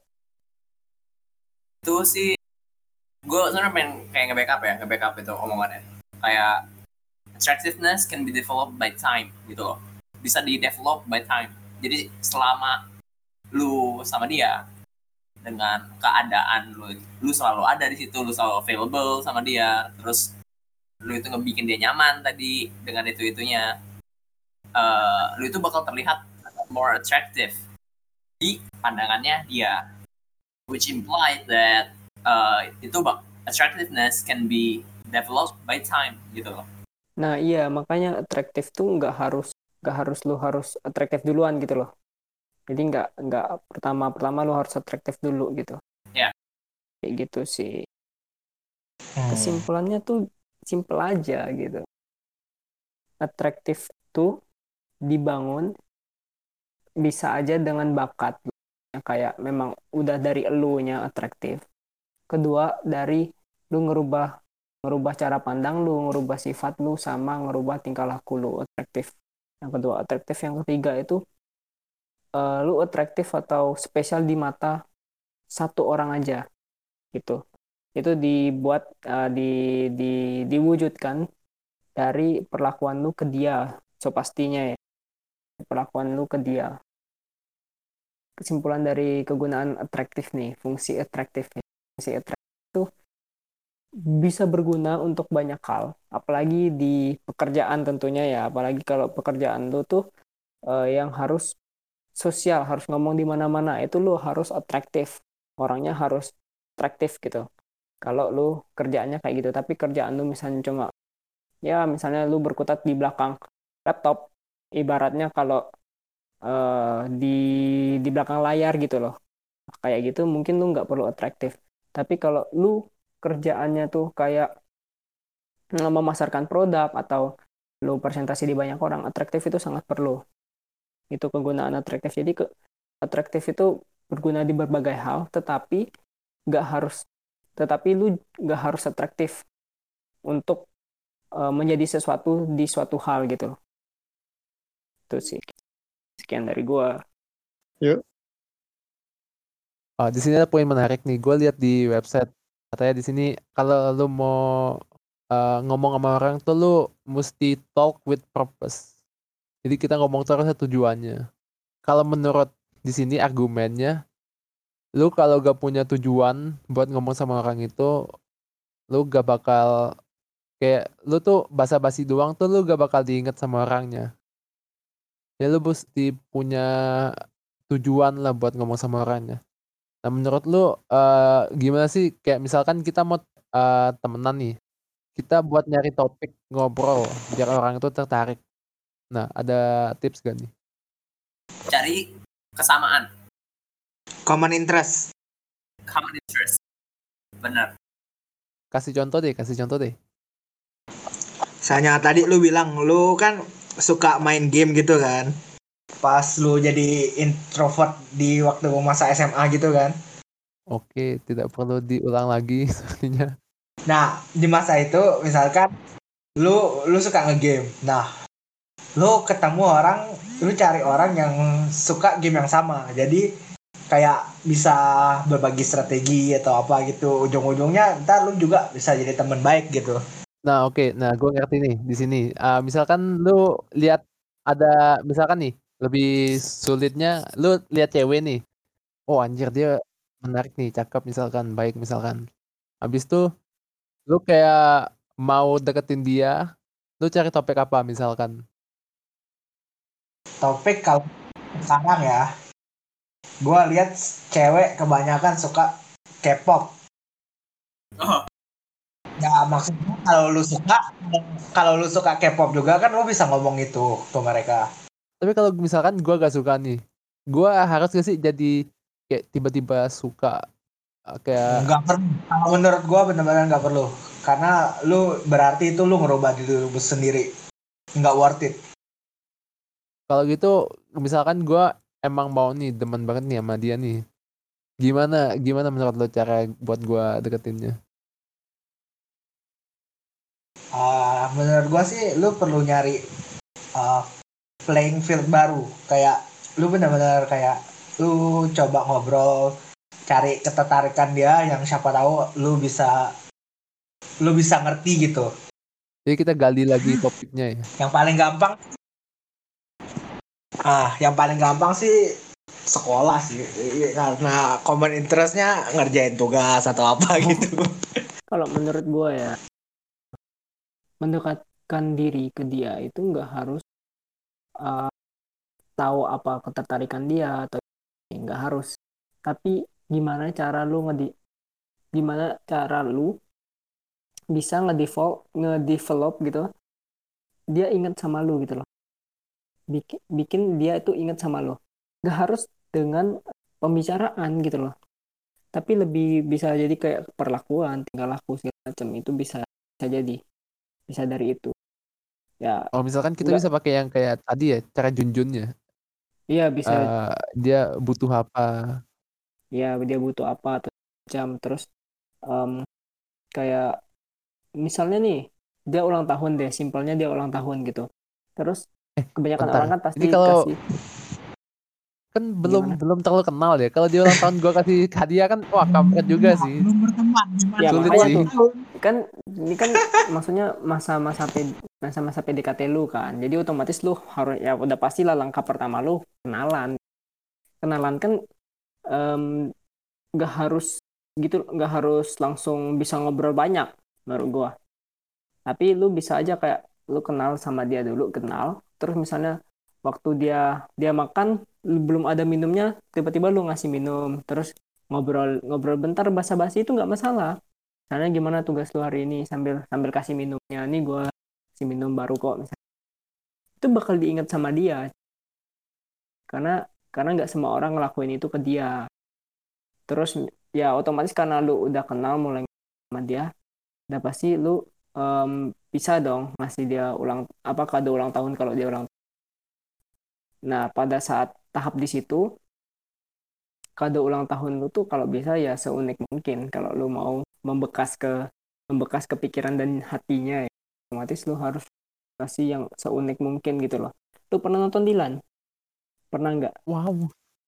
Itu sih gue sebenarnya pengen kayak nge-backup ya, nge-backup itu omongannya. Kayak attractiveness can be developed by time gitu loh. Bisa di-develop by time. Jadi selama lu sama dia dengan keadaan lu, lu selalu ada di situ, lu selalu available sama dia, terus lu itu ngebikin dia nyaman tadi dengan itu-itunya, uh, lu itu bakal terlihat more attractive di pandangannya dia, which implies that uh, itu bak attractiveness can be developed by time gitu loh. Nah iya makanya atraktif tuh nggak harus nggak harus lu harus atraktif duluan gitu loh. Jadi nggak nggak pertama pertama lu harus atraktif dulu gitu. Ya. Yeah. Kayak gitu sih. Kesimpulannya tuh simple aja gitu. Atraktif tuh dibangun bisa aja dengan bakat. Kayak memang udah dari elunya atraktif. Kedua dari lu ngerubah ngerubah cara pandang lu, ngerubah sifat lu sama ngerubah tingkah laku lu atraktif. Yang kedua atraktif, yang ketiga itu uh, lu atraktif atau spesial di mata satu orang aja gitu. Itu dibuat uh, di, di diwujudkan dari perlakuan lu ke dia, so pastinya ya perlakuan lu ke dia. Kesimpulan dari kegunaan atraktif nih, fungsi atraktif nih. Fungsi atraktif itu bisa berguna untuk banyak hal, apalagi di pekerjaan tentunya ya, apalagi kalau pekerjaan lu tuh uh, yang harus sosial, harus ngomong di mana-mana, itu lu harus atraktif, orangnya harus atraktif gitu. Kalau lu kerjaannya kayak gitu, tapi kerjaan lu misalnya cuma ya misalnya lu berkutat di belakang laptop, ibaratnya kalau uh, di di belakang layar gitu loh, kayak gitu mungkin lu nggak perlu atraktif. Tapi kalau lu kerjaannya tuh kayak memasarkan produk atau lu presentasi di banyak orang, atraktif itu sangat perlu. Itu kegunaan atraktif. Jadi ke atraktif itu berguna di berbagai hal, tetapi nggak harus, tetapi lu nggak harus atraktif untuk uh, menjadi sesuatu di suatu hal gitu. Itu sih. Sekian dari gua. Yuk. Oh, di sini ada poin menarik nih. Gue lihat di website katanya di sini kalau lu mau uh, ngomong sama orang tuh lu mesti talk with purpose. Jadi kita ngomong terus ada tujuannya. Kalau menurut di sini argumennya, lu kalau gak punya tujuan buat ngomong sama orang itu, lu gak bakal kayak lu tuh basa-basi doang tuh lu gak bakal diinget sama orangnya. Ya lu mesti punya tujuan lah buat ngomong sama orangnya. Nah menurut lu uh, gimana sih kayak misalkan kita mau uh, temenan nih, kita buat nyari topik ngobrol biar orang itu tertarik. Nah ada tips gak nih? Cari kesamaan, Common interest. common interest. Bener. Kasih contoh deh, kasih contoh deh. Misalnya tadi lu bilang lu kan suka main game gitu kan. Pas lu jadi introvert di waktu masa S M A gitu kan. Oke, tidak perlu diulang lagi sepertinya. Nah, di masa itu misalkan lu lu suka ngegame. Nah, lu ketemu orang, lu cari orang yang suka game yang sama. Jadi kayak bisa berbagi strategi atau apa gitu. Ujung-ujungnya ntar lu juga bisa jadi teman baik gitu. Nah oke, nah gue ngerti nih di sini. Uh, misalkan lu lihat ada misalkan nih lebih sulitnya, lu lihat cewek nih. Oh anjir dia menarik nih, cakep misalkan, baik misalkan. Habis tuh lu kayak mau deketin dia, lu cari topik apa misalkan? Topik kalau sekarang ya, gua lihat cewek kebanyakan suka K-pop. Oh, Ya maksudnya kalau lu suka, kalau lu suka K-pop juga kan lu bisa ngomong itu ke mereka. Tapi kalau misalkan gue gak suka nih, gue harus gak sih jadi kayak tiba-tiba suka uh, kayak Nggak perlu. Kalau menurut gua benar-benar nggak perlu. Karena lu berarti itu lu ngerubah diri lu sendiri. Nggak worth it. kalau gitu misalkan gue emang mau nih demen banget nih sama dia nih. Gimana gimana menurut lo cara buat gue deketinnya? Uh, menurut gua sih lu perlu nyari uh, playing field baru. Kayak lu benar-benar kayak lu coba ngobrol, cari ketertarikan dia yang siapa tahu lu bisa lu bisa ngerti gitu. Jadi kita gali lagi topiknya ya. Yang paling gampang ah yang paling gampang sih sekolah sih, karena common interestnya ngerjain tugas atau apa gitu. Kalau menurut gue ya, mendekatkan diri ke dia itu nggak harus uh, tahu apa ketertarikan dia atau nggak harus. Tapi gimana cara lu ngedi gimana cara lu bisa ngedevelop ngedevelop gitu dia ingat sama lu gitu loh, bikin bikin dia itu ingat sama lo, nggak harus dengan pembicaraan gitu loh, tapi lebih bisa jadi kayak perlakuan, tingkah laku segala macam itu bisa bisa jadi bisa dari itu ya. Oh misalkan kita Nggak, bisa pakai yang kayak tadi ya, cara junjunnya. iya bisa, Uh, dia butuh apa? ya dia butuh apa atau jam terus em, kayak misalnya nih dia ulang tahun deh, simpelnya dia ulang tahun gitu, terus kebanyakan Bentar. orang kan pasti Ini kalau kasih kan belum gimana belum terlalu kenal ya. Kalau dia ulang tahun gue kasih hadiah kan, wah kampret juga sih. Belum berteman gimana? ya Sulit makanya sih. tuh kan ini kan maksudnya masa-masa P- masa-masa P D K T lu kan, jadi otomatis lu harus ya udah pastilah langkah pertama lu kenalan. Kenalan kan em, nggak harus gitu, nggak harus langsung bisa ngobrol banyak menurut gua, tapi lu bisa aja kayak lu kenal sama dia dulu, kenal terus misalnya waktu dia dia makan belum ada minumnya, tiba-tiba lu ngasih minum, terus ngobrol ngobrol bentar basa-basi itu nggak masalah. Karena gimana tugas lu hari ini, sambil sambil kasih minumnya, nih gue kasih minum baru kok misalnya, itu bakal diingat sama dia karena karena nggak semua orang ngelakuin itu ke dia. Terus ya otomatis karena lu udah kenal mulai sama dia, udah pasti lu em, bisa dong ngasih dia ulang apa kado ulang tahun kalau dia ulang. Nah pada saat tahap di situ, kado ulang tahun lu tuh kalau bisa ya seunik mungkin, kalau lu mau membekas ke membekas ke pikiran dan hatinya ya, otomatis lu harus kasih yang seunik mungkin gitu loh. Lu pernah nonton Dilan? Pernah nggak? Wow.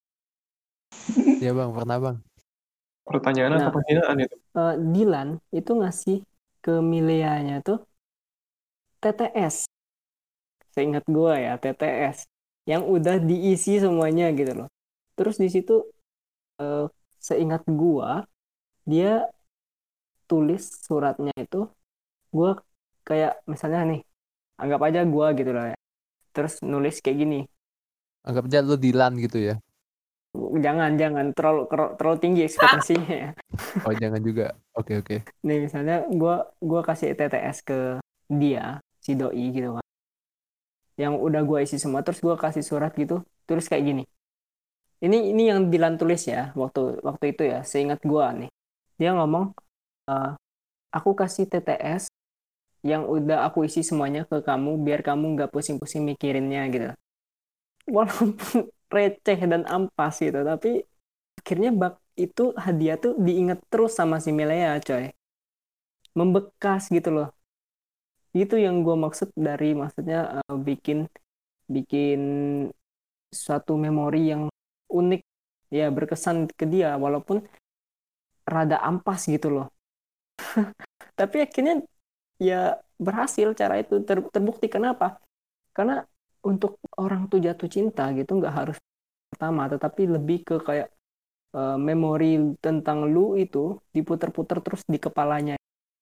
Ya bang, pernah bang. Pertanyaan Nah, atau penghinaan itu? eh, Dilan itu ngasih ke Mileanya tuh T T S. Seingat gue ya T T S yang udah diisi semuanya gitu loh. Terus di situ eh, seingat gua dia tulis suratnya itu, gua kayak misalnya nih anggap aja gua gitu loh ya. Terus nulis kayak gini. Anggap aja lu Dilan gitu ya. Jangan, jangan terlalu terlalu, terlalu tinggi ekspektasinya ya. Oh jangan juga. Oke oke. Nih misalnya gue gua kasih T T S ke dia, si doi gitu kan. Yang udah gue isi semua, terus gue kasih surat gitu, terus kayak gini. Ini ini yang Dilan tulis ya waktu waktu itu ya, seingat gue nih. Dia ngomong, "Eh, aku kasih T T S yang udah aku isi semuanya ke kamu, biar kamu nggak pusing-pusing mikirinnya gitu." Walaupun receh dan ampas gitu, tapi akhirnya bak itu hadiah tuh diinget terus sama si Milea coy, membekas gitu loh. Itu yang gue maksud dari maksudnya uh, bikin bikin suatu memori yang unik ya, berkesan ke dia walaupun rada ampas gitu loh. Tapi akhirnya ya berhasil cara itu, ter- terbukti. Kenapa? Karena untuk orang tuh jatuh cinta gitu nggak harus pertama, tetapi lebih ke kayak uh, memori tentang lu itu diputer-puter terus di kepalanya.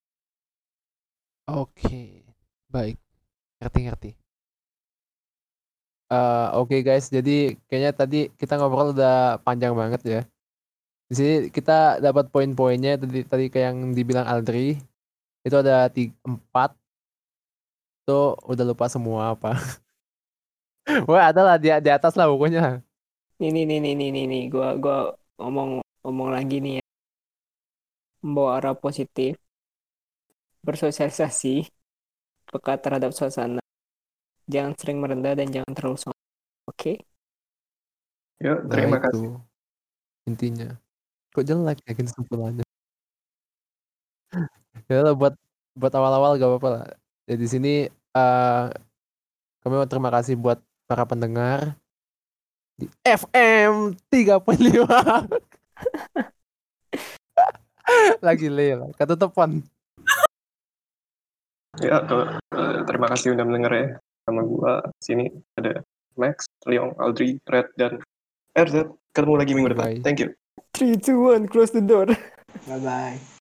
Oke. Baik. Ngerti-ngerti. Eh, Oke guys, jadi kayaknya tadi kita ngobrol udah panjang banget ya. Di sini kita dapat poin-poinnya tadi tadi kayak yang dibilang Aldri itu ada tiga, empat tuh udah lupa semua apa. Wah ada lah di, di atas lah pokoknya. Nih nih nih nih nih nih, nih. Gua gua ngomong ngomong lagi nih ya. Membawa arah positif, bersosialisasi, peka terhadap suasana, jangan sering merendah dan jangan terlalu sombong. Oke? Yuk, Nah terima itu kasih. intinya. Kok jelek ya kesimpulannya. Ya lah, buat buat awal-awal gak apa-apa lah. Ya di sini eh kami mau terima kasih buat para pendengar di F M tiga koma lima. Lagi le lah, ketutupan. Ya, tuh, eh, terima kasih udah mendengar ya. Sama gua sini ada Max, Leong, Aldri, Red, dan R Z. Ketemu lagi minggu depan. Bye. Thank you. three, two, one, close the door. Bye bye.